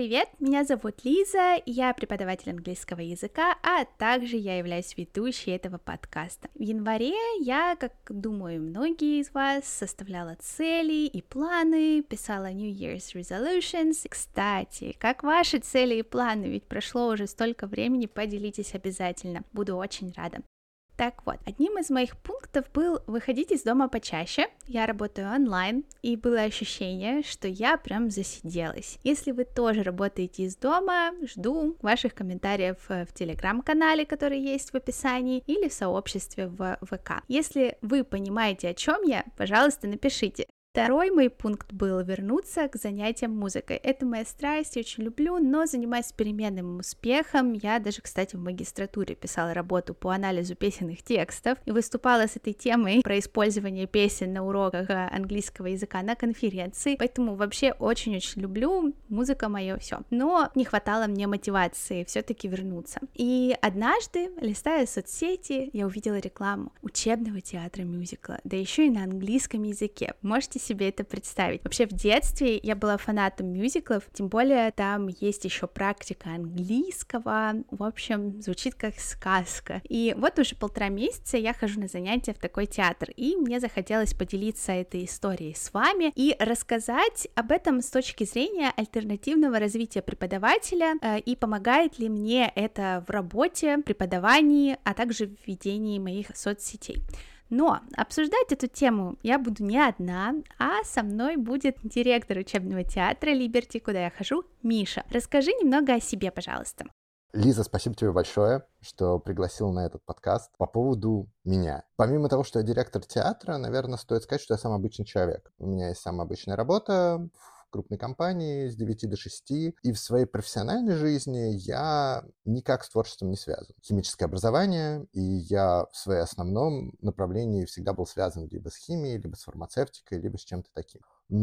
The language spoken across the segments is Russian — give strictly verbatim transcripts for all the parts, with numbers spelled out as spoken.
привет! Меня зовут Лиза, я преподаватель английского языка, а также я являюсь ведущей этого подкаста. В январе я, как думаю, многие из вас, составляла цели и планы, писала New Year's Resolutions. Кстати, как ваши цели и планы? Ведь прошло уже столько времени, поделитесь обязательно, буду очень рада. Так вот, одним из моих пунктов был выходить из дома почаще. Я работаю онлайн, и было ощущение, что я прям засиделась. Если вы тоже работаете из дома, жду ваших комментариев в телеграм-канале, который есть в описании, или в сообществе в ВК. Если вы понимаете, о чем я, пожалуйста, напишите. Второй мой пункт был вернуться к занятиям музыкой. Это моя страсть, я очень люблю, но занимаюсь с переменным успехом. Я даже, кстати, в магистратуре писала работу по анализу песенных текстов и выступала с этой темой про использование песен на уроках английского языка на конференции, поэтому вообще очень-очень люблю, музыка мое все. Но не хватало мне мотивации все-таки вернуться. И однажды, листая соцсети, я увидела рекламу учебного театра мюзикла, да еще и на английском языке. Можете себе это представить. Вообще в детстве я была фанатом мюзиклов, тем более там есть еще практика английского, в общем, звучит как сказка. И вот уже полтора месяца я хожу на занятия в такой театр, и мне захотелось поделиться этой историей с вами и рассказать об этом с точки зрения альтернативного развития преподавателя, э, и помогает ли мне это в работе, преподавании, а также в ведении моих соцсетей. Но обсуждать эту тему я буду не одна, а со мной будет директор учебного театра Liberty, куда я хожу, Миша. Расскажи немного о себе, пожалуйста. Лиза, спасибо тебе большое, что пригласила на этот подкаст. По поводу меня. Помимо того, что я директор театра, наверное, стоит сказать, что я самый обычный человек. У меня есть самая обычная работа в крупной компании с девяти до шести, и в своей профессиональной жизни я никак с творчеством не связан. Химическое образование, и я в своем основном направлении всегда был связан либо с химией, либо с фармацевтикой, либо с чем-то таким.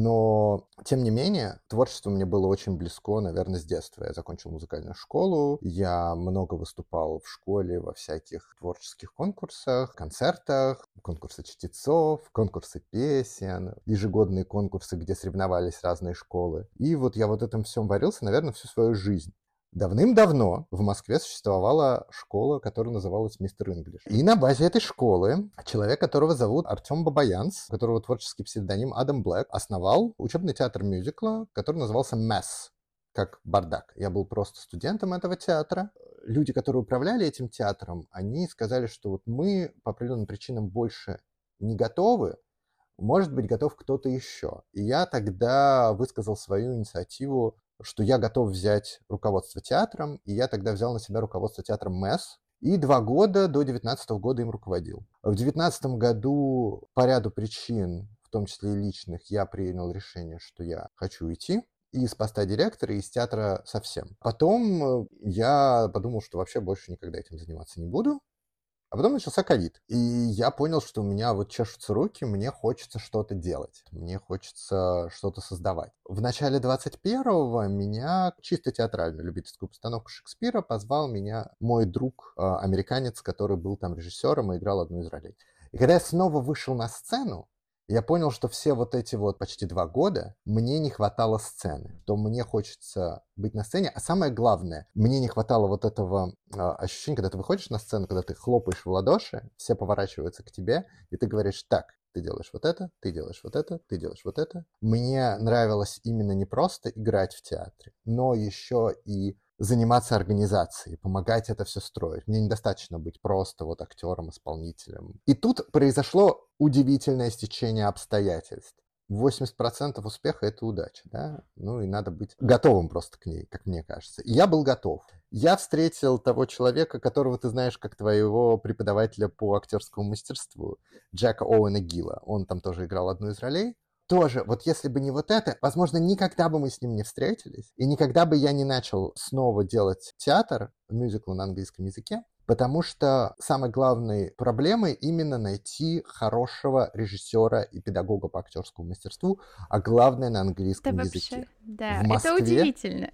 Но, тем не менее, творчество мне было очень близко, наверное, с детства. Я закончил музыкальную школу, я много выступал в школе во всяких творческих конкурсах, концертах, конкурсы чтецов, конкурсы песен, ежегодные конкурсы, где соревновались разные школы. И вот я вот этом всем варился, наверное, всю свою жизнь. Давным-давно в Москве существовала школа, которая называлась Мистер Инглиш. И на базе этой школы человек, которого зовут Артем Бабаянц, у которого творческий псевдоним Адам Блэк, основал учебный театр мюзикла, который назывался Mess, как бардак. Я был просто студентом этого театра. Люди, которые управляли этим театром, они сказали, что вот мы по определенным причинам больше не готовы, может быть, готов кто-то еще. И я тогда высказал свою инициативу, что я готов взять руководство театром, и я тогда взял на себя руководство театром Мэс, и два года, до девятнадцатого года им руководил. В девятнадцатом году по ряду причин, в том числе и личных, я принял решение, что я хочу уйти из поста директора, и из театра совсем. Потом я подумал, что вообще больше никогда этим заниматься не буду. А потом начался ковид, и я понял, что у меня вот чешутся руки, мне хочется что-то делать, мне хочется что-то создавать. В начале двадцать первого меня, чисто театральную любительскую постановку Шекспира, позвал меня мой друг, американец, который был там режиссером и играл одну из ролей. И когда я снова вышел на сцену, я понял, что все вот эти вот почти два года мне не хватало сцены, то мне хочется быть на сцене, а самое главное, мне не хватало вот этого э, ощущения, когда ты выходишь на сцену, когда ты хлопаешь в ладоши, все поворачиваются к тебе, и ты говоришь: так, ты делаешь вот это, ты делаешь вот это, ты делаешь вот это. Мне нравилось именно не просто играть в театре, но еще и заниматься организацией, помогать это все строить. Мне недостаточно быть просто вот актером, исполнителем. И тут произошло удивительное стечение обстоятельств. восемьдесят процентов успеха — это удача, да? Ну и надо быть готовым просто к ней, как мне кажется. И я был готов. Я встретил того человека, которого ты знаешь как твоего преподавателя по актерскому мастерству, Джека Оуэна Гилла. Он там тоже играл одну из ролей. Тоже, вот если бы не вот это, возможно, никогда бы мы с ним не встретились, и никогда бы я не начал снова делать театр, мюзикл на английском языке, потому что самой главной проблемой именно найти хорошего режиссера и педагога по актерскому мастерству, а главное на английском это языке. Вообще, да, в Москве, это удивительно.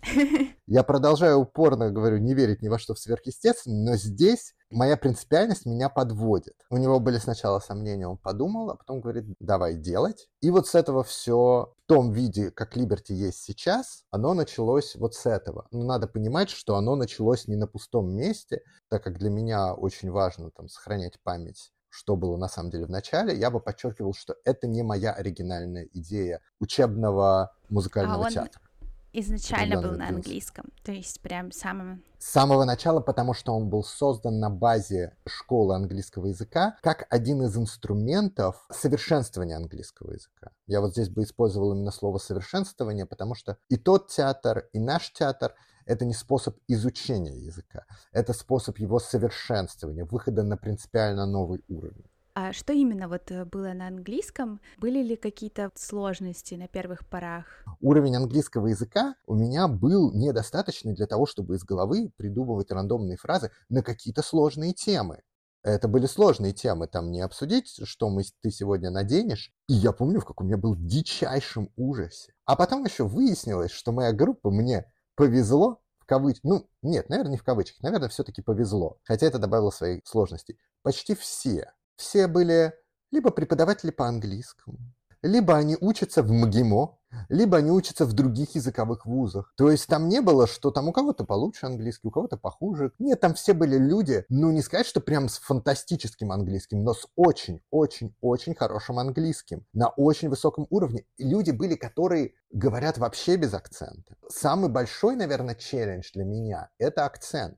Я продолжаю упорно, говорю, не верить ни во что в сверхъестественное, но здесь моя принципиальность меня подводит. У него были сначала сомнения, он подумал, а потом говорит: давай делать. И вот с этого все том виде, как Liberty есть сейчас, оно началось вот с этого. Но надо понимать, что оно началось не на пустом месте, так как для меня очень важно там сохранять память, что было на самом деле в начале, я бы подчеркивал, что это не моя оригинальная идея учебного музыкального А он театра. изначально был Определенными на принципами. английском, то есть прям самым... С самого начала, потому что он был создан на базе школы английского языка как один из инструментов совершенствования английского языка. Я вот здесь бы использовал именно слово «совершенствование», потому что и тот театр, и наш театр — это не способ изучения языка, это способ его совершенствования, выхода на принципиально новый уровень. А что именно вот э, было на английском? Были ли какие-то сложности на первых порах? Уровень английского языка у меня был недостаточный для того, чтобы из головы придумывать рандомные фразы на какие-то сложные темы. Это были сложные темы, там не обсудить, что мы, ты сегодня наденешь. И я помню, в каком я был в дичайшем ужасе. А потом еще выяснилось, что моя группа мне повезло, в кавычках, ну, нет, наверное, не в кавычках, наверное, все-таки повезло. Хотя это добавило своих сложностей. Почти все, все были либо преподаватели по английскому, либо они учатся в МГИМО, либо они учатся в других языковых вузах. То есть там не было, что там у кого-то получше английский, у кого-то похуже. Нет, там все были люди, ну не сказать, что прям с фантастическим английским, но с очень-очень-очень хорошим английским, на очень высоком уровне. И люди были, которые говорят вообще без акцента. Самый большой, наверное, челлендж для меня – это акцент.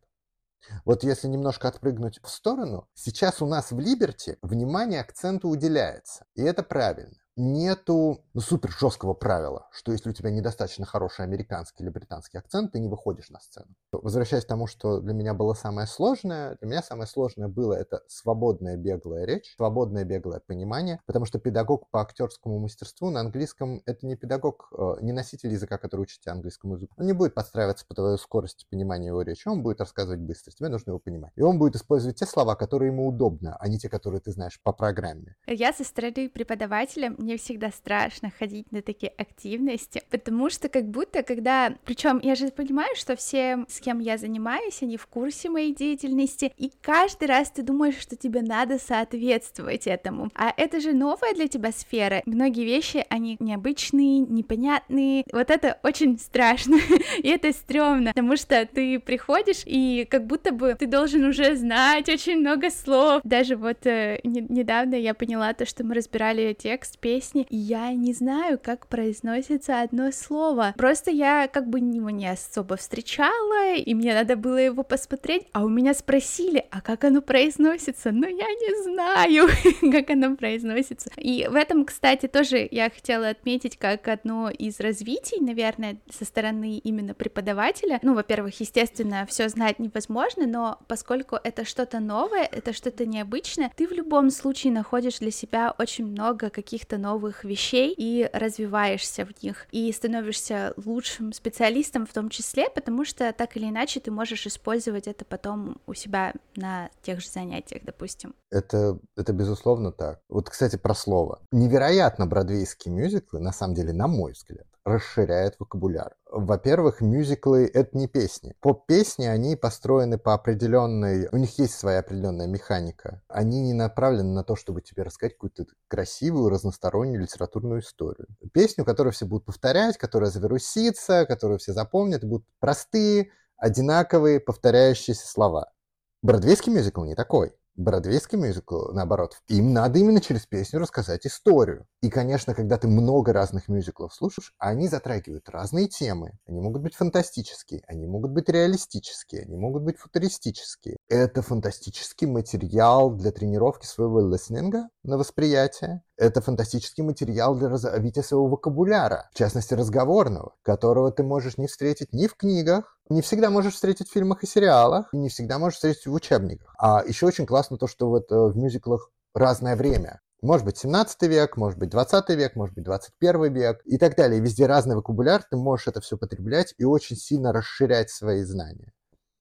Вот если немножко отпрыгнуть в сторону, сейчас у нас в Liberty внимание акценту уделяется, и это правильно. Нету ну, супер жесткого правила, что если у тебя недостаточно хороший американский или британский акцент, ты не выходишь на сцену. Возвращаясь к тому, что для меня было самое сложное, для меня самое сложное было это свободная беглая речь, свободное беглое понимание, потому что педагог по актерскому мастерству на английском — это не педагог, не носитель языка, который учит тебя английскому языку. Он не будет подстраиваться по твою скорость понимания его речи, он будет рассказывать быстро, тебе нужно его понимать. И он будет использовать те слова, которые ему удобно, а не те, которые ты знаешь по программе. Я со стороны преподавателя, мне всегда страшно ходить на такие активности, потому что как будто, когда... Причем я же понимаю, что все, с кем я занимаюсь, они в курсе моей деятельности, и каждый раз ты думаешь, что тебе надо соответствовать этому. А это же новая для тебя сфера. Многие вещи, они необычные, непонятные. Вот это очень страшно, и это стрёмно, потому что ты приходишь, и как будто бы ты должен уже знать очень много слов. Даже вот э, не, недавно я поняла то, что мы разбирали текст песни, и я не знаю, как произносится одно слово. Просто я как бы его не особо встречала, и мне надо было его посмотреть, а у меня спросили, а как оно произносится? Но я не знаю, как оно произносится. И в этом, кстати, тоже я хотела отметить как одно из развитий, наверное, со стороны именно преподавателя. Ну, во-первых, естественно, все знать невозможно, но поскольку это что-то новое, это что-то необычное, ты в любом случае находишь для себя очень много каких-то новых вещей и развиваешься в них, и становишься лучшим специалистом в том числе, потому что так или иначе ты можешь использовать это потом у себя на тех же занятиях, допустим. Это, это безусловно так. Вот, кстати, про слово. Невероятно бродвейские мюзиклы, на самом деле, на мой взгляд, расширяют вокабуляр. Во-первых, мюзиклы — это не песни. Поп-песни, они построены по определенной... У них есть своя определенная механика. Они не направлены на то, чтобы тебе рассказать какую-то красивую, разностороннюю литературную историю. Песню, которую все будут повторять, которая завирусится, которую все запомнят, и будут простые, одинаковые, повторяющиеся слова. Бродвейский мюзикл не такой. Бродвейский мюзикл, наоборот, им надо именно через песню рассказать историю. И, конечно, когда ты много разных мюзиклов слушаешь, они затрагивают разные темы. Они могут быть фантастические, они могут быть реалистические, они могут быть футуристические. Это фантастический материал для тренировки своего листнинга на восприятие. Это фантастический материал для развития своего вокабуляра, в частности разговорного, которого ты можешь не встретить ни в книгах, не всегда можешь встретить в фильмах и сериалах, и не всегда можешь встретить в учебниках. А еще очень классно то, что вот в мюзиклах разное время. Может быть семнадцатый век, может быть двадцатый век, может быть двадцать первый век и так далее. И везде разный вокабуляр, ты можешь это все потреблять и очень сильно расширять свои знания.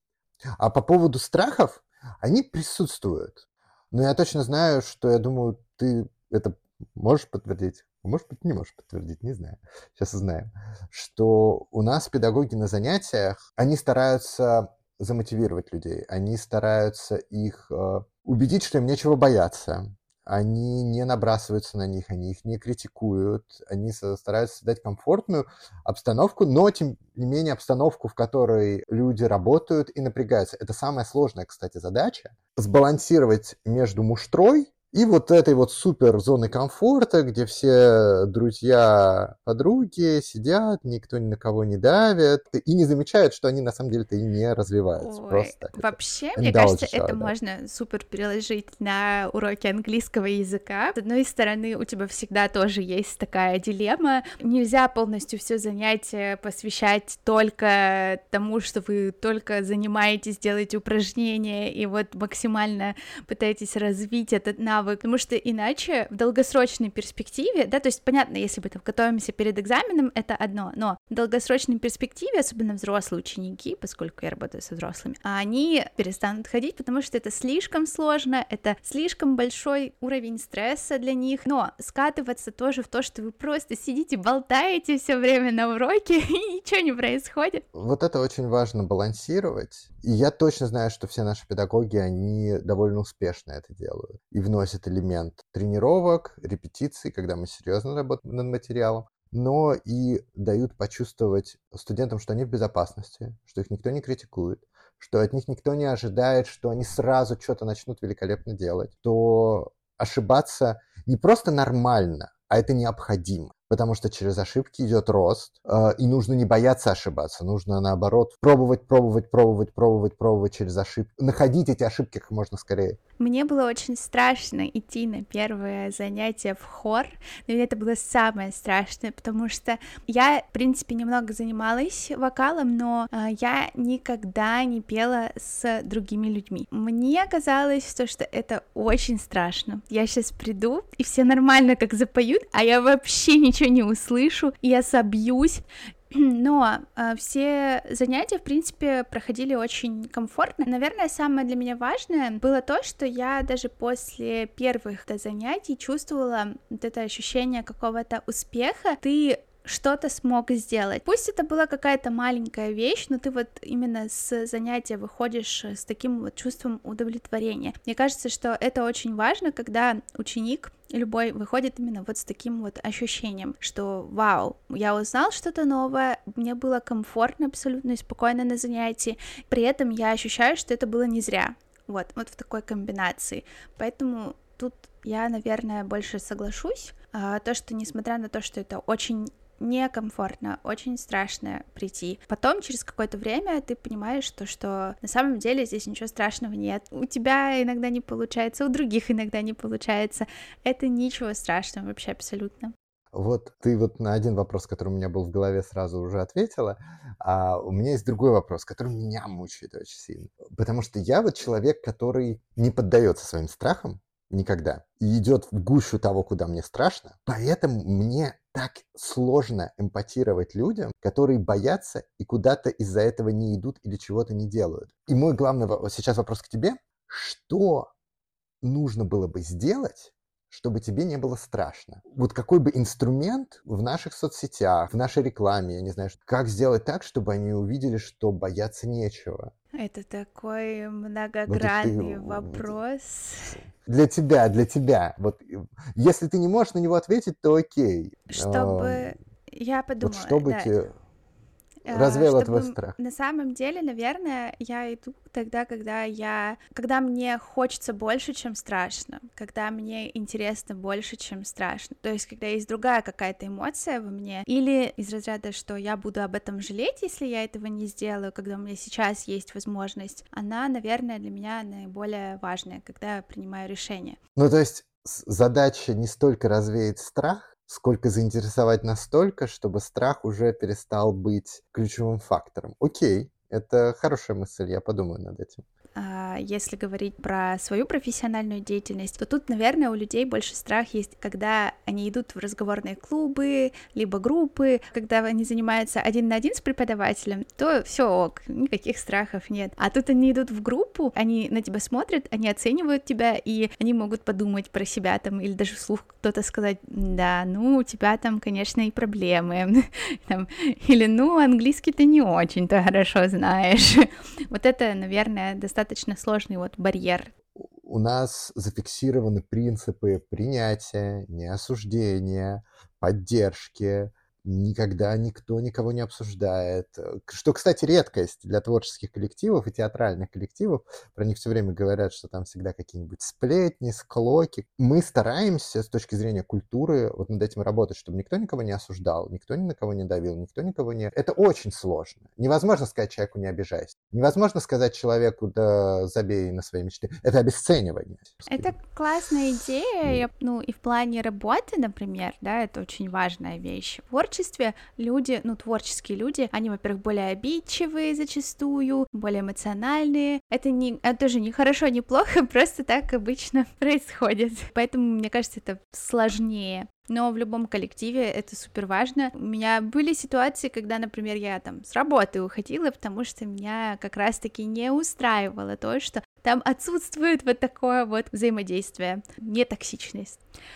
А по поводу страхов, они присутствуют. Но я точно знаю, что, я думаю, ты это можешь подтвердить. Может быть, не можешь подтвердить, не знаю. Сейчас узнаем. Что у нас педагоги на занятиях, они стараются замотивировать людей, они стараются их э, убедить, что им нечего бояться, они не набрасываются на них, они их не критикуют, они стараются создать комфортную обстановку, но, тем не менее, обстановку, в которой люди работают и напрягаются. Это самая сложная, кстати, задача — сбалансировать между муштрой и вот этой вот супер зоной комфорта, где все друзья, подруги сидят, никто ни на кого не давит, и не замечают, что они на самом деле-то и не развиваются. Ой, просто вообще, это мне кажется, indulge each это other. можно супер переложить на уроки английского языка. С одной стороны, у тебя всегда тоже есть такая дилемма. Нельзя полностью все занятие посвящать только тому, что вы только занимаетесь, делаете упражнения и вот максимально пытаетесь развить этот навык, потому что иначе в долгосрочной перспективе, да, то есть понятно, если мы там готовимся перед экзаменом, это одно, но в долгосрочной перспективе, особенно взрослые ученики, поскольку я работаю со взрослыми, они перестанут ходить, потому что это слишком сложно, это слишком большой уровень стресса для них, но скатываться тоже в то, что вы просто сидите, болтаете все время на уроке, и ничего не происходит. Вот это очень важно балансировать, и я точно знаю, что все наши педагоги, они довольно успешно это делают и вносят элемент тренировок, репетиций, когда мы серьезно работаем над материалом, но и дают почувствовать студентам, что они в безопасности, что их никто не критикует, что от них никто не ожидает, что они сразу что-то начнут великолепно делать, то ошибаться не просто нормально, а это необходимо. Потому что через ошибки идет рост, э, и нужно не бояться ошибаться, нужно, наоборот, пробовать, пробовать, пробовать, пробовать, пробовать через ошибки, находить эти ошибки как можно скорее. Мне было очень страшно идти на первое занятие в хор, но это было самое страшное, потому что я, в принципе, немного занималась вокалом, но э, я никогда не пела с другими людьми. Мне казалось, что, что это очень страшно. Я сейчас приду, и все нормально как запоют, а я вообще ничего не услышу, и я собьюсь. Но э, все занятия, в принципе, проходили очень комфортно. Наверное, самое для меня важное было то, что я даже после первых занятий чувствовала вот это ощущение какого-то успеха. Ты что-то смог сделать. Пусть это была какая-то маленькая вещь, но ты вот именно с занятия выходишь с таким вот чувством удовлетворения. Мне кажется, что это очень важно, когда ученик любой выходит именно вот с таким вот ощущением, что вау, я узнал что-то новое, мне было комфортно абсолютно и спокойно на занятии, при этом я ощущаю, что это было не зря. Вот, вот в такой комбинации. Поэтому тут я, наверное, больше соглашусь. А, то, что несмотря на то, что это очень некомфортно, очень страшно прийти. Потом, через какое-то время, ты понимаешь, что, что на самом деле здесь ничего страшного нет. У тебя иногда не получается, у других иногда не получается. Это ничего страшного вообще абсолютно. Вот ты вот на один вопрос, который у меня был в голове, сразу уже ответила, а у меня есть другой вопрос, который меня мучает очень сильно. Потому что я вот человек, который не поддается своим страхам никогда и идет в гущу того, куда мне страшно. Поэтому мне так сложно эмпатировать людям, которые боятся и куда-то из-за этого не идут или чего-то не делают. И мой главный вопрос, сейчас вопрос к тебе. Что нужно было бы сделать, чтобы тебе не было страшно? Вот какой бы инструмент в наших соцсетях, в нашей рекламе, я не знаю, как сделать так, чтобы они увидели, что бояться нечего? Это такой многогранный вот вопрос. Для тебя, для тебя. Вот, если ты не можешь на него ответить, то окей. Чтобы... Я подумала, вот чтобы да. тебе развеяло чтобы твой страх. На самом деле, наверное, я иду тогда, когда я, когда мне хочется больше, чем страшно, когда мне интересно больше, чем страшно. То есть, когда есть другая какая-то эмоция во мне, или из разряда, что я буду об этом жалеть, если я этого не сделаю, когда у меня сейчас есть возможность, она, наверное, для меня наиболее важная, когда я принимаю решение. Ну, то есть задача не столько развеять страх, сколько заинтересовать настолько, чтобы страх уже перестал быть ключевым фактором. Окей, это хорошая мысль, я подумаю над этим. Если говорить про свою профессиональную деятельность, то тут, наверное, у людей больше страх есть, когда они идут в разговорные клубы, либо группы, когда они занимаются один на один с преподавателем, то все ок, никаких страхов нет. А тут они идут в группу, они на тебя смотрят, они оценивают тебя, и они могут подумать про себя там, или даже вслух кто-то сказать: да, ну, у тебя там, конечно, и проблемы, там, или, ну, английский ты не очень-то хорошо знаешь. Вот это, наверное, достаточно достаточно сложный вот барьер. У нас зафиксированы принципы принятия, неосуждения, поддержки. Никогда никто никого не обсуждает. Что, кстати, редкость для творческих коллективов и театральных коллективов. Про них все время говорят, что там всегда какие-нибудь сплетни, склоки. Мы стараемся с точки зрения культуры вот над этим работать, чтобы никто никого не осуждал, никто ни на кого не давил, никто никого не... Это очень сложно. Невозможно сказать человеку «не обижайся». Невозможно сказать человеку «да забей на свои мечты». Это обесценивание. Это классная идея, я, ну и в плане работы, например, да, это очень важная вещь. В творчестве люди, ну творческие люди, они, во-первых, более обидчивые зачастую, более эмоциональные. Это не, это тоже не хорошо, не плохо, просто так обычно происходит. Поэтому, мне кажется, это сложнее. Но в любом коллективе это супер важно. У меня были ситуации, когда, например, я там с работы уходила, потому что меня как раз-таки не устраивало то, что там отсутствует вот такое вот взаимодействие, нетоксичность.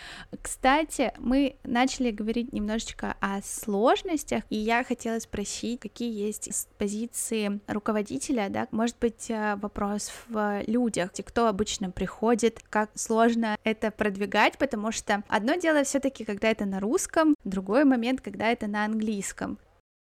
Кстати, мы начали говорить немножечко о сложностях, и я хотела спросить, какие есть с позиции руководителя, да, может быть, вопрос в людях, те, кто обычно приходит, как сложно это продвигать, потому что одно дело все-таки, когда это на русском, другой момент, когда это на английском.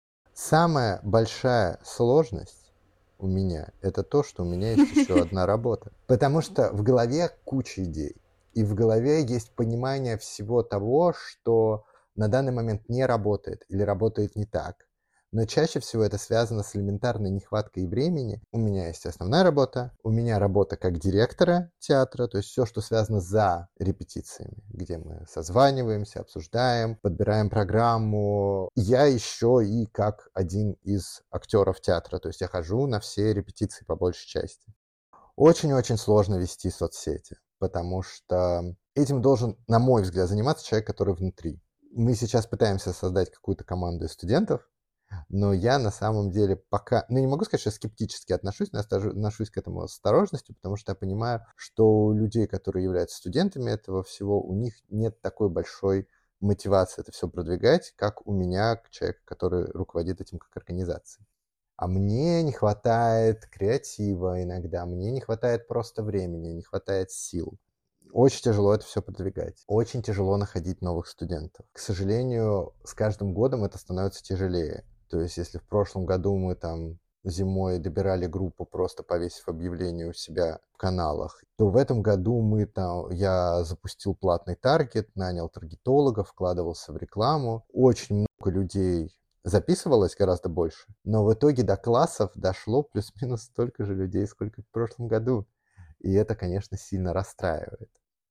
Самая большая сложность у меня это то, что у меня есть еще одна работа, потому что в голове куча идей. И в голове есть понимание всего того, что на данный момент не работает или работает не так. Но чаще всего это связано с элементарной нехваткой времени. У меня есть основная работа, у меня работа как директора театра, то есть все, что связано за репетициями, где мы созваниваемся, обсуждаем, подбираем программу. Я еще и как один из актеров театра, то есть я хожу на все репетиции по большей части. Очень-очень сложно вести соцсети, потому что этим должен, на мой взгляд, заниматься человек, который внутри. Мы сейчас пытаемся создать какую-то команду из студентов, но я на самом деле пока, ну не могу сказать, что я скептически отношусь, но я отношусь к этому с осторожностью, потому что я понимаю, что у людей, которые являются студентами этого всего, у них нет такой большой мотивации это все продвигать, как у меня, человека, который руководит этим как организацией. А мне не хватает креатива иногда, мне не хватает просто времени, не хватает сил. Очень тяжело это все продвигать. Очень тяжело находить новых студентов. К сожалению, с каждым годом это становится тяжелее. То есть, если в прошлом году мы там зимой добирали группу, просто повесив объявление у себя в каналах, то в этом году мы там, я запустил платный таргет, нанял таргетолога, вкладывался в рекламу. Очень много людей записывалось, гораздо больше, но в итоге до классов дошло плюс-минус столько же людей, сколько в прошлом году. И это, конечно, сильно расстраивает.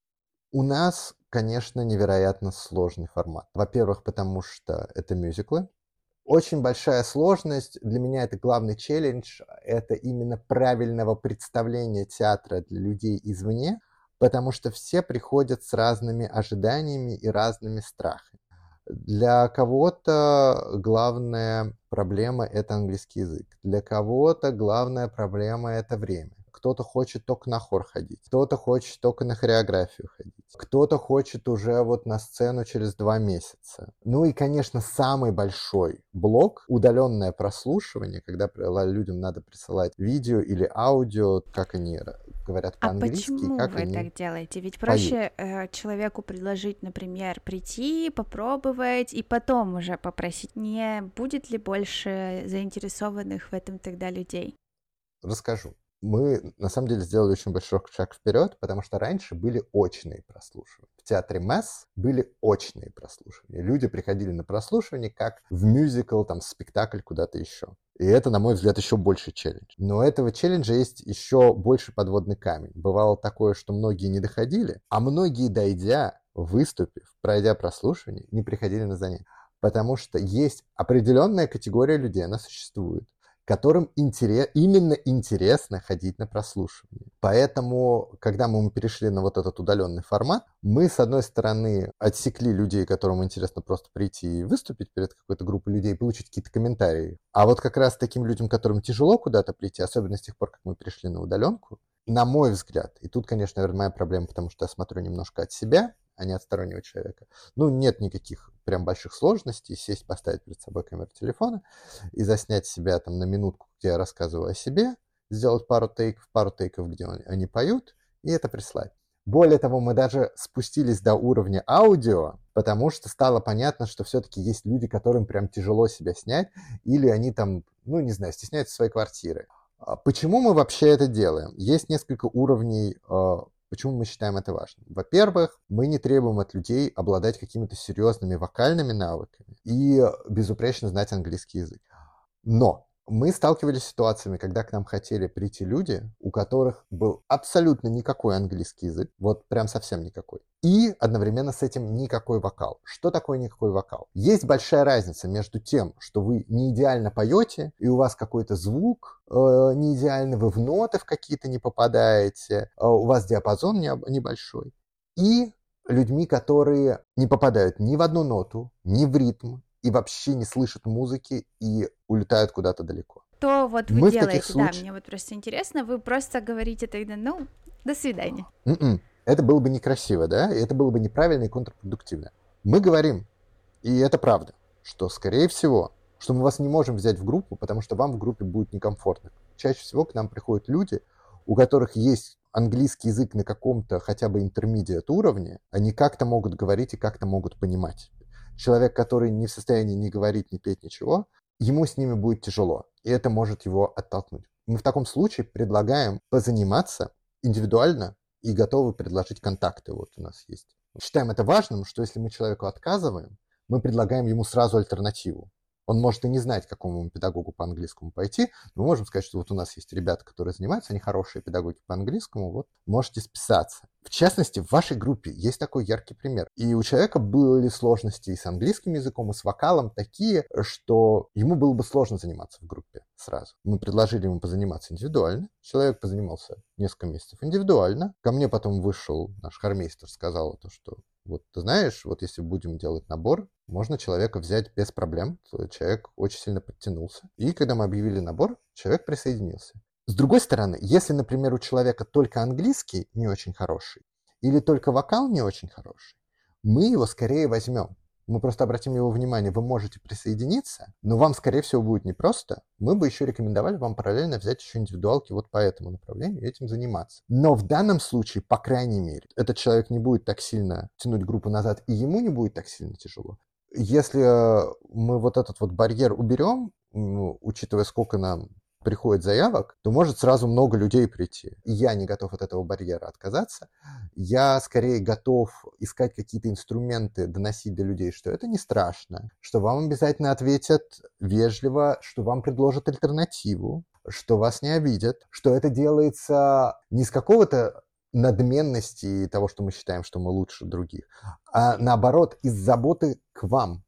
У нас, конечно, невероятно сложный формат. Во-первых, потому что это мюзиклы. Очень большая сложность, для меня это главный челлендж, это именно правильного представления театра для людей извне, потому что все приходят с разными ожиданиями и разными страхами. Для кого-то главная проблема – это английский язык, для кого-то главная проблема – это время. Кто-то хочет только на хор ходить, кто-то хочет только на хореографию ходить, кто-то хочет уже вот на сцену через два месяца. Ну и, конечно, самый большой блок – удаленное прослушивание, когда людям надо присылать видео или аудио, как они говорят по-английски. А почему как вы они так делаете? Ведь проще э, поют. человеку предложить, например, прийти, попробовать и потом уже попросить. Не будет ли больше заинтересованных в этом тогда людей? Расскажу. Мы, на самом деле, сделали очень большой шаг вперед, потому что раньше были очные прослушивания. В театре МЭС были очные прослушивания. Люди приходили на прослушивание, как в мюзикл, там, спектакль куда-то еще. И это, на мой взгляд, еще больше челлендж. Но у этого челленджа есть еще больше подводный камень. Бывало такое, что многие не доходили, а многие, дойдя, выступив, пройдя прослушивание, не приходили на занятия. Потому что есть определенная категория людей, она существует, которым интерес, именно интересно ходить на прослушивание. Поэтому, когда мы перешли на вот этот удаленный формат, мы, с одной стороны, отсекли людей, которым интересно просто прийти и выступить перед какой-то группой людей, получить какие-то комментарии. А вот как раз таким людям, которым тяжело куда-то прийти, особенно с тех пор, как мы перешли на удаленку, на мой взгляд, и тут, конечно, наверное, моя проблема, потому что я смотрю немножко от себя, а не от стороннего человека. Ну, нет никаких прям больших сложностей сесть, поставить перед собой камеру телефона и заснять себя там на минутку, где я рассказываю о себе, сделать пару тейков, пару тейков, где они поют, и это прислать. Более того, мы даже спустились до уровня аудио, потому что стало понятно, что все-таки есть люди, которым прям тяжело себя снять, или они там, ну, не знаю, стесняются своей квартиры. Почему мы вообще это делаем? Есть несколько уровней, почему мы считаем это важным. Во-первых, мы не требуем от людей обладать какими-то серьезными вокальными навыками и безупречно знать английский язык. Но мы сталкивались с ситуациями, когда к нам хотели прийти люди, у которых был абсолютно никакой английский язык, вот прям совсем никакой, и одновременно с этим никакой вокал. Что такое никакой вокал? Есть большая разница между тем, что вы не идеально поете, и у вас какой-то звук э, не идеальный, вы в ноты в какие-то не попадаете, э, у вас диапазон не, небольшой, и людьми, которые не попадают ни в одну ноту, ни в ритм, и вообще не слышат музыки и улетают куда-то далеко. Что вот вы Мы делаете? случ... Да, мне вот просто интересно, вы просто говорите тогда, ну, до свидания. Mm-mm. Это было бы некрасиво, да? Это было бы неправильно и контрпродуктивно. Мы говорим, и это правда, что, скорее всего, что мы вас не можем взять в группу, потому что вам в группе будет некомфортно. Чаще всего к нам приходят люди, у которых есть английский язык на каком-то хотя бы интермедиат уровне, они как-то могут говорить и как-то могут понимать. Человек, который не в состоянии ни говорить, ни петь, ничего, ему с ними будет тяжело, и это может его оттолкнуть. Мы в таком случае предлагаем позаниматься индивидуально и готовы предложить контакты. Вот у нас есть. Считаем это важным, что если мы человеку отказываем, мы предлагаем ему сразу альтернативу. Он может и не знать, к какому педагогу по английскому пойти, но мы можем сказать, что вот у нас есть ребята, которые занимаются, они хорошие педагоги по английскому, вот можете списаться. В частности, в вашей группе есть такой яркий пример. И у человека были сложности и с английским языком, и с вокалом такие, что ему было бы сложно заниматься в группе сразу. Мы предложили ему позаниматься индивидуально. Человек позанимался несколько месяцев индивидуально. Ко мне потом вышел наш хормейстер, сказал то, что вот ты знаешь, вот если будем делать набор, можно человека взять без проблем. Человек очень сильно подтянулся. И когда мы объявили набор, человек присоединился. С другой стороны, если, например, у человека только английский не очень хороший, или только вокал не очень хороший, мы его скорее возьмем. Мы просто обратим его внимание, вы можете присоединиться, но вам, скорее всего, будет непросто. Мы бы еще рекомендовали вам параллельно взять еще индивидуалки вот по этому направлению и этим заниматься. Но в данном случае, по крайней мере, этот человек не будет так сильно тянуть группу назад, и ему не будет так сильно тяжело. Если мы вот этот вот барьер уберем, ну, учитывая, сколько нам приходит заявок, то может сразу много людей прийти. И я не готов от этого барьера отказаться. Я скорее готов искать какие-то инструменты, доносить до людей, что это не страшно, что вам обязательно ответят вежливо, что вам предложат альтернативу, что вас не обидят, что это делается не с какого-то надменности и того, что мы считаем, что мы лучше других, а наоборот, из заботы к вам.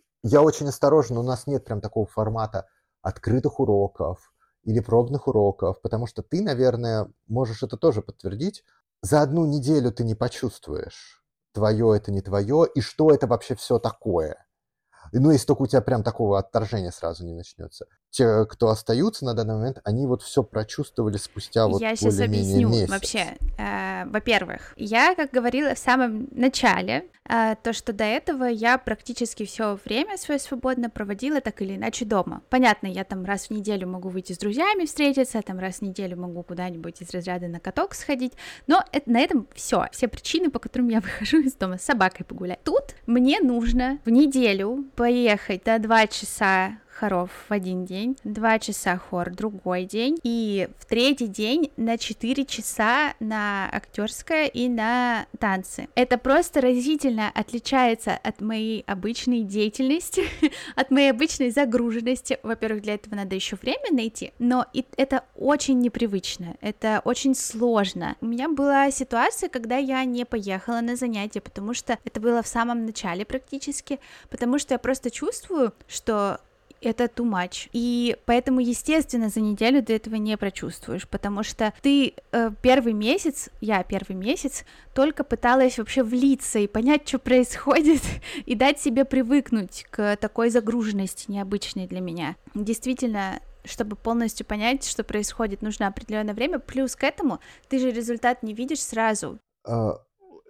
Я очень осторожен, у нас нет прям такого формата открытых уроков или пробных уроков, потому что ты, наверное, можешь это тоже подтвердить. За одну неделю ты не почувствуешь, твое это не твое, и что это вообще все такое. Ну, если только у тебя прям такого отторжения сразу не начнется. Те, кто остаются на данный момент, они вот все прочувствовали спустя вот я сейчас более-менее объясню месяц. Вообще, э, во-первых, я, как говорила в самом начале, э, то, что до этого я практически все время свое свободно проводила так или иначе дома. Понятно, я там раз в неделю могу выйти с друзьями встретиться, там раз в неделю могу куда-нибудь из разряда на каток сходить, но это, на этом все, все причины, по которым я выхожу из дома с собакой погулять. Тут мне нужно в неделю поехать до два часа хоров в один день, два часа хор другой день, и в третий день на четыре часа на актерское и на танцы. Это просто разительно отличается от моей обычной деятельности, от моей обычной загруженности. Во-первых, для этого надо еще время найти, но и это очень непривычно, это очень сложно. У меня была ситуация, когда я не поехала на занятия, потому что это было в самом начале практически, потому что я просто чувствую, что это too much. И поэтому, естественно, за неделю ты этого не прочувствуешь, потому что ты э, первый месяц, я первый месяц, только пыталась вообще влиться и понять, что происходит, и дать себе привыкнуть к такой загруженности необычной для меня. Действительно, чтобы полностью понять, что происходит, нужно определенное время, плюс к этому ты же результат не видишь сразу.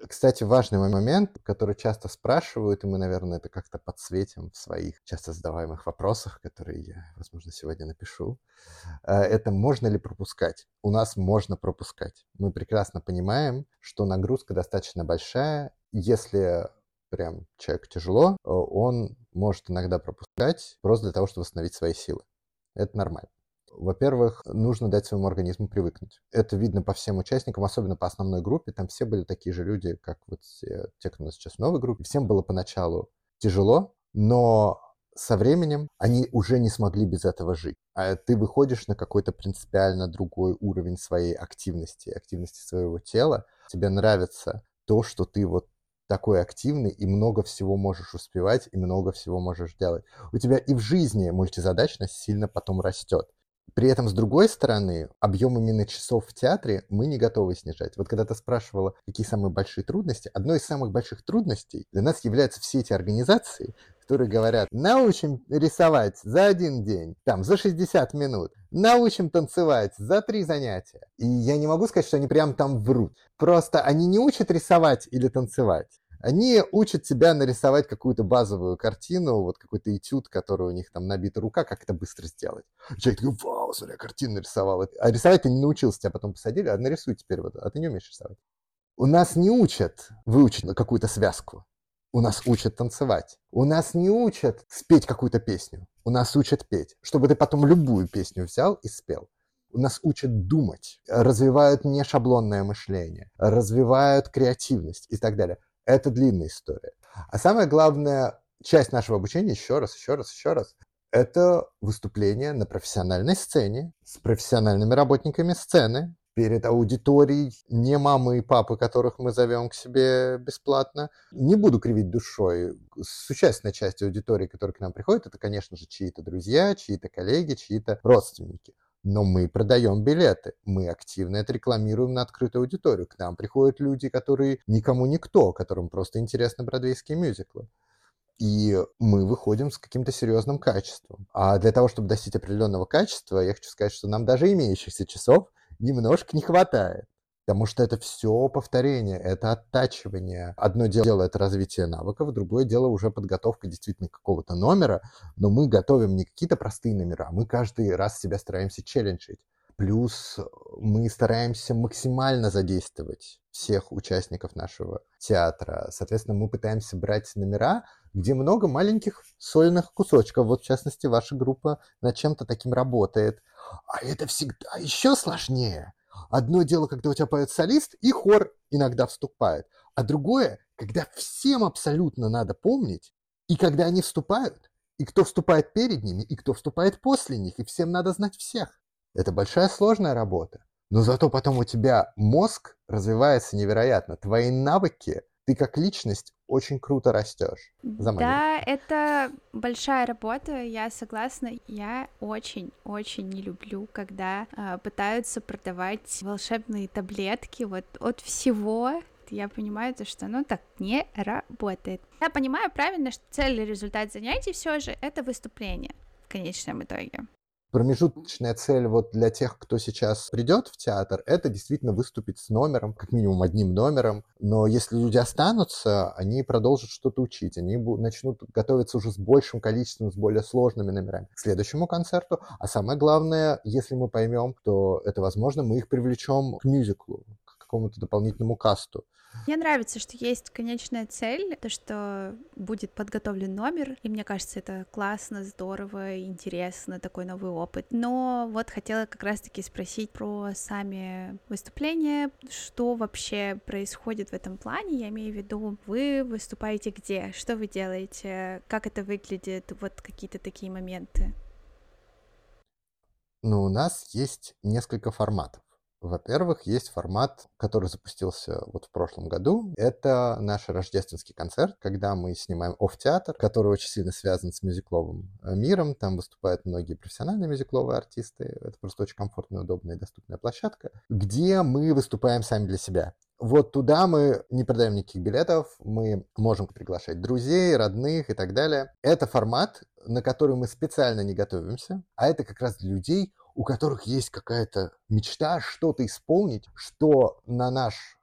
Кстати, важный момент, который часто спрашивают, и мы, наверное, это как-то подсветим в своих часто задаваемых вопросах, которые я, возможно, сегодня напишу. Э, Это можно ли пропускать? У нас можно пропускать. Мы прекрасно понимаем, что нагрузка достаточно большая. Если прям человеку тяжело, э, он может иногда пропускать просто для того, чтобы восстановить свои силы. Это нормально. Во-первых, нужно дать своему организму привыкнуть. Это видно по всем участникам, особенно по основной группе. Там все были такие же люди, как вот те, те, кто у нас сейчас в новой группе. Всем было поначалу тяжело, но со временем они уже не смогли без этого жить. А ты выходишь на какой-то принципиально другой уровень своей активности, активности своего тела. Тебе нравится то, что ты вот такой активный и много всего можешь успевать, и много всего можешь делать. У тебя и в жизни мультизадачность сильно потом растет. При этом, с другой стороны, объем именно часов в театре мы не готовы снижать. Вот когда ты спрашивала, какие самые большие трудности, одной из самых больших трудностей для нас являются все эти организации, которые говорят, научим рисовать за один день, там, за шестьдесят минут, научим танцевать за три занятия. И я не могу сказать, что они прям там врут. Просто они не учат рисовать или танцевать. Они учат тебя нарисовать какую-то базовую картину, вот какой-то этюд, который у них там набита рука, как это быстро сделать. Человек такой, вау, смотри, я картину нарисовал. А рисовать ты не научился, тебя потом посадили, а нарисуй теперь вот, а ты не умеешь рисовать. У нас не учат выучить какую-то связку. У нас учат танцевать. У нас не учат спеть какую-то песню. У нас учат петь, чтобы ты потом любую песню взял и спел. У нас учат думать, развивают нешаблонное мышление, развивают креативность и так далее. Это длинная история. А самая главная часть нашего обучения, еще раз, еще раз, еще раз, это выступление на профессиональной сцене с профессиональными работниками сцены, перед аудиторией, не мамы и папы, которых мы зовем к себе бесплатно. Не буду кривить душой. Существенная часть аудитории, которая к нам приходит, это, конечно же, чьи-то друзья, чьи-то коллеги, чьи-то родственники. Но мы продаем билеты, мы активно это рекламируем на открытую аудиторию. К нам приходят люди, которые никому никто, которым просто интересны бродвейские мюзиклы. И мы выходим с каким-то серьезным качеством. А для того, чтобы достичь определенного качества, я хочу сказать, что нам даже имеющихся часов немножко не хватает. Потому что это все повторение, это оттачивание. Одно дело — это развитие навыков, другое дело уже подготовка действительно какого-то номера, но мы готовим не какие-то простые номера, мы каждый раз себя стараемся челленджить. Плюс мы стараемся максимально задействовать всех участников нашего театра. Соответственно, мы пытаемся брать номера, где много маленьких сольных кусочков. Вот, в частности, ваша группа над чем-то таким работает. А это всегда еще сложнее. Одно дело, когда у тебя поет солист, и хор иногда вступает. А другое, когда всем абсолютно надо помнить, и когда они вступают, и кто вступает перед ними, и кто вступает после них, и всем надо знать всех. Это большая сложная работа. Но зато потом у тебя мозг развивается невероятно. Твои навыки, ты как личность очень круто растешь. Да, это большая работа, я согласна. Я очень-очень не люблю, когда э, пытаются продавать волшебные таблетки вот от всего. Я понимаю, то, что оно так не работает. Я понимаю правильно, что цель и результат занятий все же это выступление в конечном итоге. Промежуточная цель вот для тех, кто сейчас придет в театр, это действительно выступить с номером, как минимум одним номером. Но если люди останутся, они продолжат что-то учить, они начнут готовиться уже с большим количеством, с более сложными номерами к следующему концерту. А самое главное, если мы поймем, что это возможно, мы их привлечем к мюзиклу, к какому-то дополнительному касту. Мне нравится, что есть конечная цель, то, что будет подготовлен номер, и мне кажется, это классно, здорово, интересно, такой новый опыт. Но вот хотела как раз-таки спросить про сами выступления, что вообще происходит в этом плане, я имею в виду, вы выступаете где, что вы делаете, как это выглядит, вот какие-то такие моменты. Ну, у нас есть несколько форматов. Во-первых, есть формат, который запустился вот в прошлом году. Это наш рождественский концерт, когда мы снимаем офф-театр, который очень сильно связан с мюзикловым миром. Там выступают многие профессиональные мюзикловые артисты. Это просто очень комфортная, удобная и доступная площадка, где мы выступаем сами для себя. Вот туда мы не продаем никаких билетов, мы можем приглашать друзей, родных и так далее. Это формат, на который мы специально не готовимся, а это как раз для людей, у которых есть какая-то мечта что-то исполнить, что на наш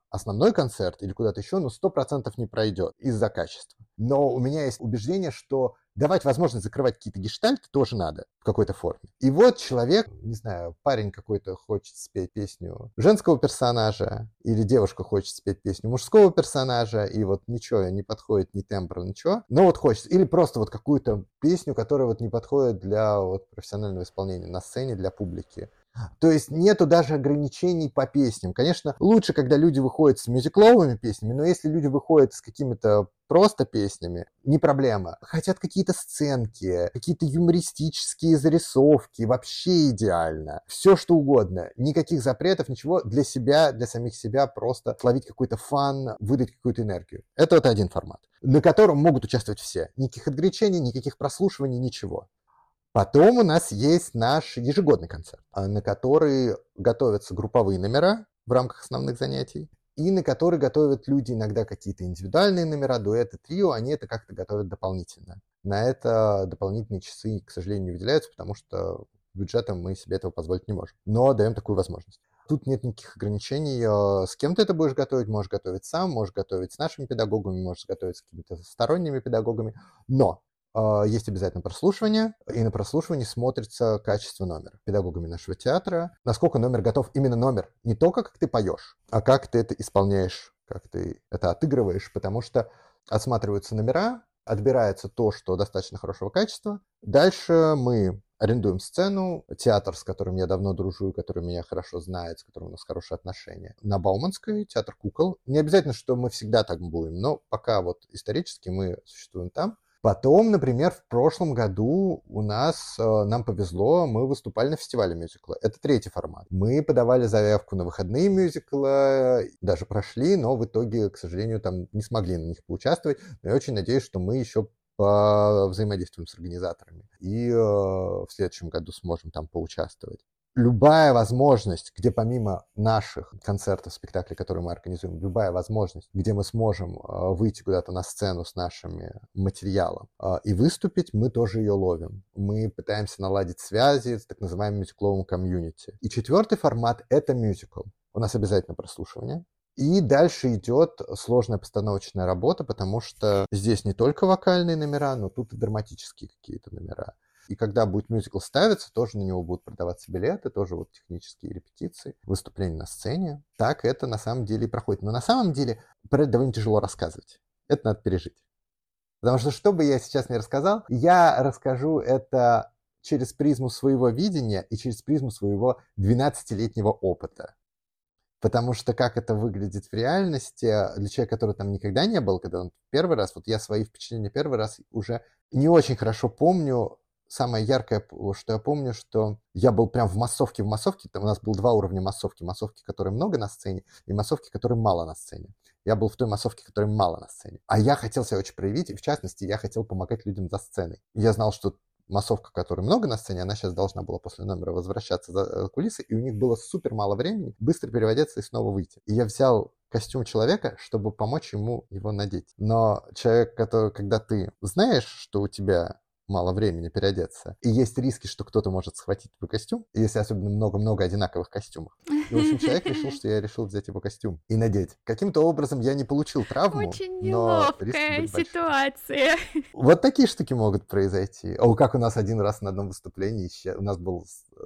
основной концерт или куда-то еще, ну, сто процентов не пройдет из-за качества. Но у меня есть убеждение, что давать возможность закрывать какие-то гештальты тоже надо в какой-то форме. И вот человек, не знаю, парень какой-то хочет спеть песню женского персонажа, или девушка хочет спеть песню мужского персонажа, и вот ничего, не подходит ни тембр, ничего. Но вот хочется. Или просто вот какую-то песню, которая вот не подходит для вот профессионального исполнения на сцене, для публики. То есть нету даже ограничений по песням. Конечно, лучше, когда люди выходят с мюзикловыми песнями, но если люди выходят с какими-то просто песнями, не проблема. Хотят какие-то сценки, какие-то юмористические зарисовки, вообще идеально. Все, что угодно. Никаких запретов, ничего. Для себя, для самих себя просто словить какой-то фан, выдать какую-то энергию. Это вот один формат, на котором могут участвовать все. Никаких ограничений, никаких прослушиваний, ничего. Потом у нас есть наш ежегодный концерт, на который готовятся групповые номера в рамках основных занятий, и на который готовят люди иногда какие-то индивидуальные номера, дуэты, трио, они это как-то готовят дополнительно. На это дополнительные часы, к сожалению, не выделяются, потому что бюджетом мы себе этого позволить не можем, но даем такую возможность. Тут нет никаких ограничений, с кем ты это будешь готовить, можешь готовить сам, можешь готовить с нашими педагогами, можешь готовить с какими-то сторонними педагогами, но есть обязательно прослушивание, и на прослушивании смотрится качество номера педагогами нашего театра, насколько номер готов, именно номер, не только как ты поешь, а как ты это исполняешь, как ты это отыгрываешь, потому что осматриваются номера, отбирается то, что достаточно хорошего качества. Дальше мы арендуем сцену, театр, с которым я давно дружу, который меня хорошо знает, с которым у нас хорошие отношения. На Бауманской, театр кукол. Не обязательно, что мы всегда так будем, но пока вот исторически мы существуем там. Потом, например, в прошлом году у нас, нам повезло, мы выступали на фестивале мюзикла. Это третий формат. Мы подавали заявку на выходные мюзикла, даже прошли, но в итоге, к сожалению, там не смогли на них поучаствовать. Но я очень надеюсь, что мы еще взаимодействуем с организаторами и в следующем году сможем там поучаствовать. Любая возможность, где помимо наших концертов, спектаклей, которые мы организуем, любая возможность, где мы сможем выйти куда-то на сцену с нашим материалом и выступить, мы тоже ее ловим. Мы пытаемся наладить связи с так называемым мюзикловым комьюнити. И четвертый формат — это мюзикл. У нас обязательно прослушивание. И дальше идет сложная постановочная работа, потому что здесь не только вокальные номера, но тут и драматические какие-то номера. И когда будет мюзикл ставиться, тоже на него будут продаваться билеты, тоже вот технические репетиции, выступления на сцене. Так это на самом деле и проходит. Но на самом деле про это довольно тяжело рассказывать. Это надо пережить. Потому что что бы я сейчас не рассказал, я расскажу это через призму своего видения и через призму своего двенадцатилетнего опыта. Потому что как это выглядит в реальности, для человека, который там никогда не был, когда он первый раз, вот я свои впечатления первый раз уже не очень хорошо помню. Самое яркое, что я помню, что я был прям в массовке, в массовке, там у нас было два уровня массовки. Массовки, которые много на сцене, и массовки, которые мало на сцене. Я был в той массовке, которая мало на сцене. А я хотел себя очень проявить, и в частности, я хотел помогать людям за сценой. Я знал, что массовка, которая много на сцене, она сейчас должна была после номера возвращаться за кулисы, и у них было супер мало времени быстро переодеться и снова выйти. И я взял костюм человека, чтобы помочь ему его надеть. Но человек, который, когда ты знаешь, что у тебя мало времени переодеться, и есть риски, что кто-то может схватить твой костюм, если особенно много-много одинаковых костюмов. И, в общем, человек решил, что я решил взять его костюм и надеть. Каким-то образом я не получил травму, Очень но неловкая ситуация. Вот такие штуки могут произойти. О, как у нас один раз на одном выступлении, у нас была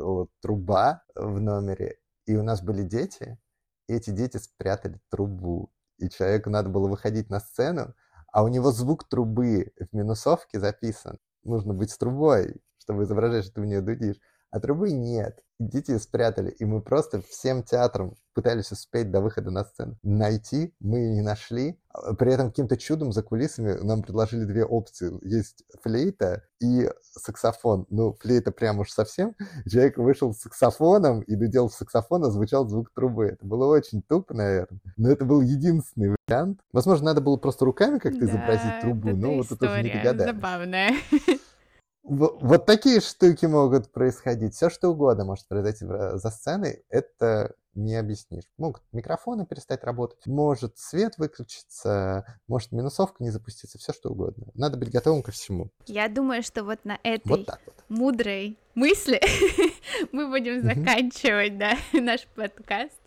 труба в номере, и у нас были дети, и эти дети спрятали трубу. И человеку надо было выходить на сцену, а у него звук трубы в минусовке записан. Нужно быть с трубой, чтобы изображать, что ты в нее дудишь. А трубы нет. Дети спрятали. И мы просто всем театром пытались успеть до выхода на сцену. Найти мы ее не нашли. При этом каким-то чудом за кулисами нам предложили две опции. Есть флейта и саксофон. Ну, флейта прям уж совсем. Человек вышел с саксофоном и дудел в саксофон, а звучал звук трубы. Это было очень тупо, наверное. Но это был единственный вариант. Возможно, надо было просто руками как-то Да, изобразить трубу, вот но вот это уже не догадаешься. Забавная. Вот такие штуки могут происходить. Все, что угодно может произойти за сценой. Это не объяснишь. Могут микрофоны перестать работать, может свет выключиться, может минусовка не запуститься, все что угодно. Надо быть готовым ко всему. Я думаю, что вот на этой вот так вот. мудрой мысли мы будем заканчивать, да, наш подкаст.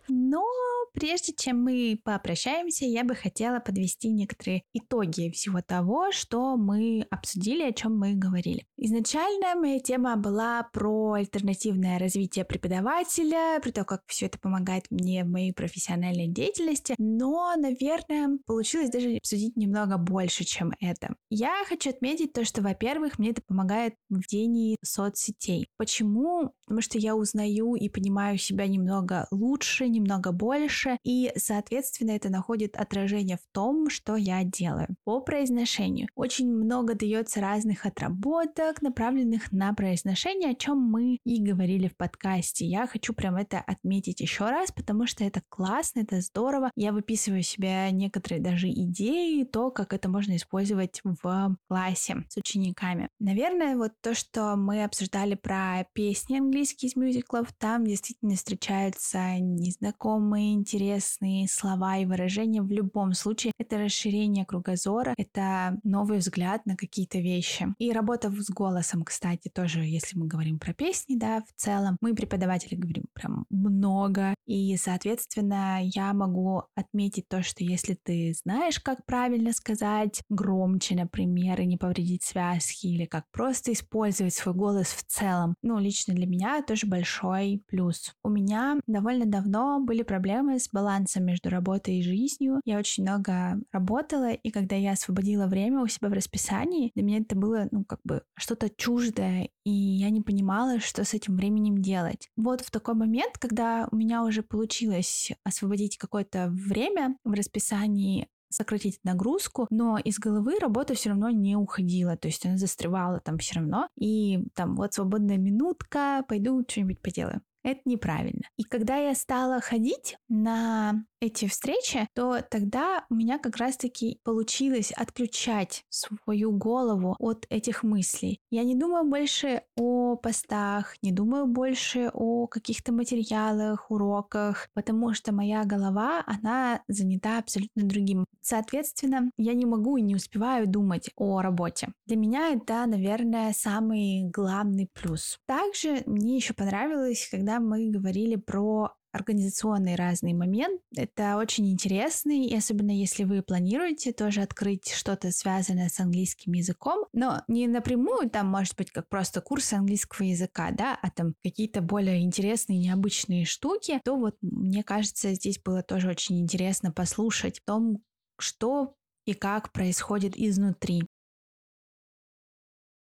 Но прежде чем мы попрощаемся, я бы хотела подвести некоторые итоги всего того, что мы обсудили, о чем мы говорили. Изначально моя тема была про альтернативное развитие преподавателя, про то, как все это помогает мне в моей профессиональной деятельности, но, наверное, получилось даже обсудить немного больше, чем это. Я хочу отметить то, что, во-первых, мне это помогает в ведении соцсетей. Почему? Потому что я узнаю и понимаю себя немного лучше, немного больше, и, соответственно, это находит отражение в том, что я делаю. По произношению. Очень много дается разных отработок, направленных на произношение, о чем мы и говорили в подкасте. Я хочу прям это отметить еще раз, потому что это классно, это здорово. Я выписываю себе некоторые даже идеи, то, как это можно использовать в классе с учениками. Наверное, вот то, что мы обсуждали про песни английские из мюзиклов, там действительно встречаются незнакомые, интересные слова и выражения. В любом случае, это расширение кругозора, это новый взгляд на какие-то вещи. И работа с голосом, кстати, тоже, если мы говорим про песни, да, в целом, мы, преподаватели, говорим прям много, и, соответственно, я могу отметить то, что если ты знаешь, как правильно сказать громче, например, и не повредить связки, или как просто использовать свой голос в целом, ну, лично для меня тоже большой плюс. У меня довольно давно были проблемы с балансом между работой и жизнью. Я очень много работала, и когда я освободила время у себя в расписании, для меня это было, ну, как бы что-то чуждое, и я не понимала, что с этим временем делать. Вот в такой момент, когда у меня уже получилось освободить какое-то время в расписании, сократить нагрузку, но из головы работа все равно не уходила, то есть она застревала там все равно, и там вот свободная минутка, пойду что-нибудь поделаю. Это неправильно. И когда я стала ходить на эти встречи, то тогда у меня как раз-таки получилось отключать свою голову от этих мыслей. Я не думаю больше о постах, не думаю больше о каких-то материалах, уроках, потому что моя голова, она занята абсолютно другим. Соответственно, я не могу и не успеваю думать о работе. Для меня это, наверное, самый главный плюс. Также мне еще понравилось, когда мы говорили про организационный разный момент. Это очень интересный, и особенно если вы планируете тоже открыть что-то связанное с английским языком, но не напрямую, там может быть как просто курс английского языка, да, а там какие-то более интересные, необычные штуки, то вот мне кажется, здесь было тоже очень интересно послушать о том, что и как происходит изнутри.